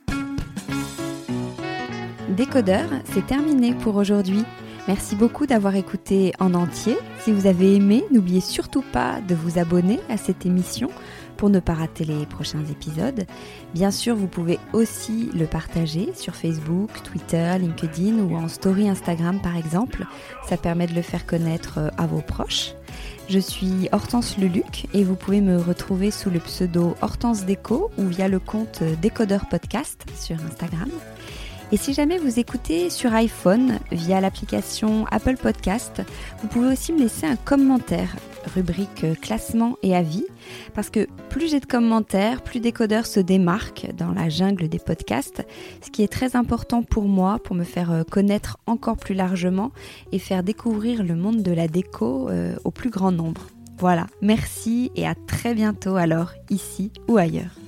Décodeur, c'est terminé pour aujourd'hui. Merci beaucoup d'avoir écouté en entier. Si vous avez aimé, n'oubliez surtout pas de vous abonner à cette émission pour ne pas rater les prochains épisodes. Bien sûr, vous pouvez aussi le partager sur Facebook, Twitter, LinkedIn ou en story Instagram par exemple. Ça permet de le faire connaître à vos proches. Je suis Hortense Leluc et vous pouvez me retrouver sous le pseudo Hortense Déco ou via le compte Décodeur Podcast sur Instagram. Et si jamais vous écoutez sur iPhone via l'application Apple Podcast, vous pouvez aussi me laisser un commentaire, rubrique classement et avis, parce que plus j'ai de commentaires, plus Décodeur se démarque dans la jungle des podcasts, ce qui est très important pour moi, pour me faire connaître encore plus largement et faire découvrir le monde de la déco euh, au plus grand nombre. Voilà, merci et à très bientôt alors, ici ou ailleurs.